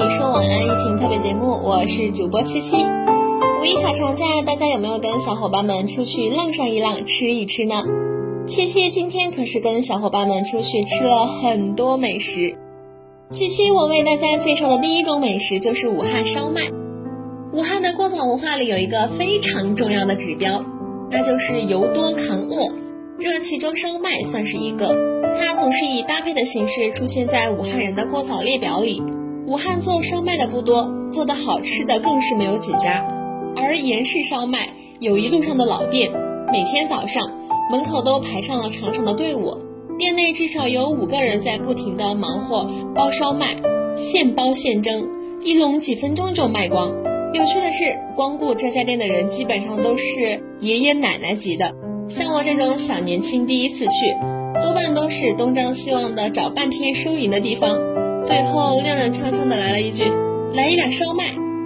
说晚安疫情特别节目，我是主播七七。五一小长假，大家有没有跟小伙伴们出去浪上一浪，吃一吃呢？七七今天可是跟小伙伴们出去吃了很多美食。七七我为大家介绍的第一种美食就是武汉烧麦。武汉的过早文化里有一个非常重要的指标，那就是油多扛饿，这其中烧麦算是一个。它总是以搭配的形式出现在武汉人的过早列表里。武汉做烧麦的不多，做得好吃的更是没有几家。而严氏烧麦有一路上的老店，每天早上门口都排上了长长的队伍，店内至少有5个人在不停地忙活包烧麦，现包现蒸，一笼几分钟就卖光。有趣的是，光顾这家店的人基本上都是爷爷奶奶级的，像我这种小年轻第一次去，多半都是东张西望的找半天收银的地方，最后踉踉跄跄的来了一句，来一点烧麦。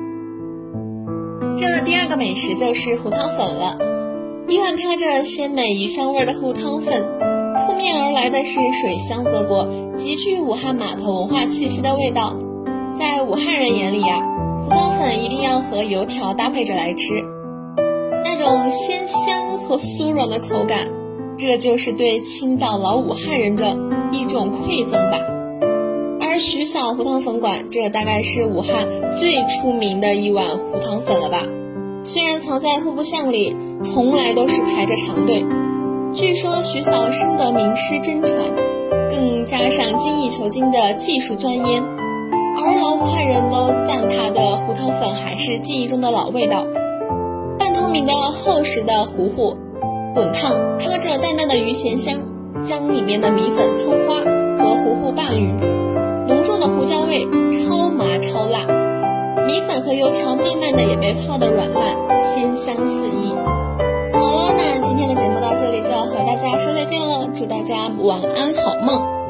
这第二个美食就是糊汤粉了。一碗飘着鲜美鱼香味的糊汤粉，扑面而来的是水乡泽国极具武汉码头文化气息的味道。在武汉人眼里呀，糊汤粉一定要和油条搭配着来吃，那种鲜香和酥软的口感，这就是对青岛老武汉人的一种馈赠吧。而徐嫂糊汤粉馆，这大概是武汉最出名的一碗糊汤粉了吧。虽然藏在户部巷里，从来都是排着长队。据说徐嫂深得名师真传，更加上精益求精的技术钻研，而老武汉人都赞他的糊汤粉还是记忆中的老味道。半透明的厚实的糊糊，滚烫飘着淡淡的鱼咸香，将里面的米粉、葱花和糊糊拌匀，浓重的胡椒味超麻超辣，米粉和油条慢慢的也被泡得软烂，鲜香四溢。好了，那今天的节目到这里就要和大家说再见了，祝大家晚安好梦。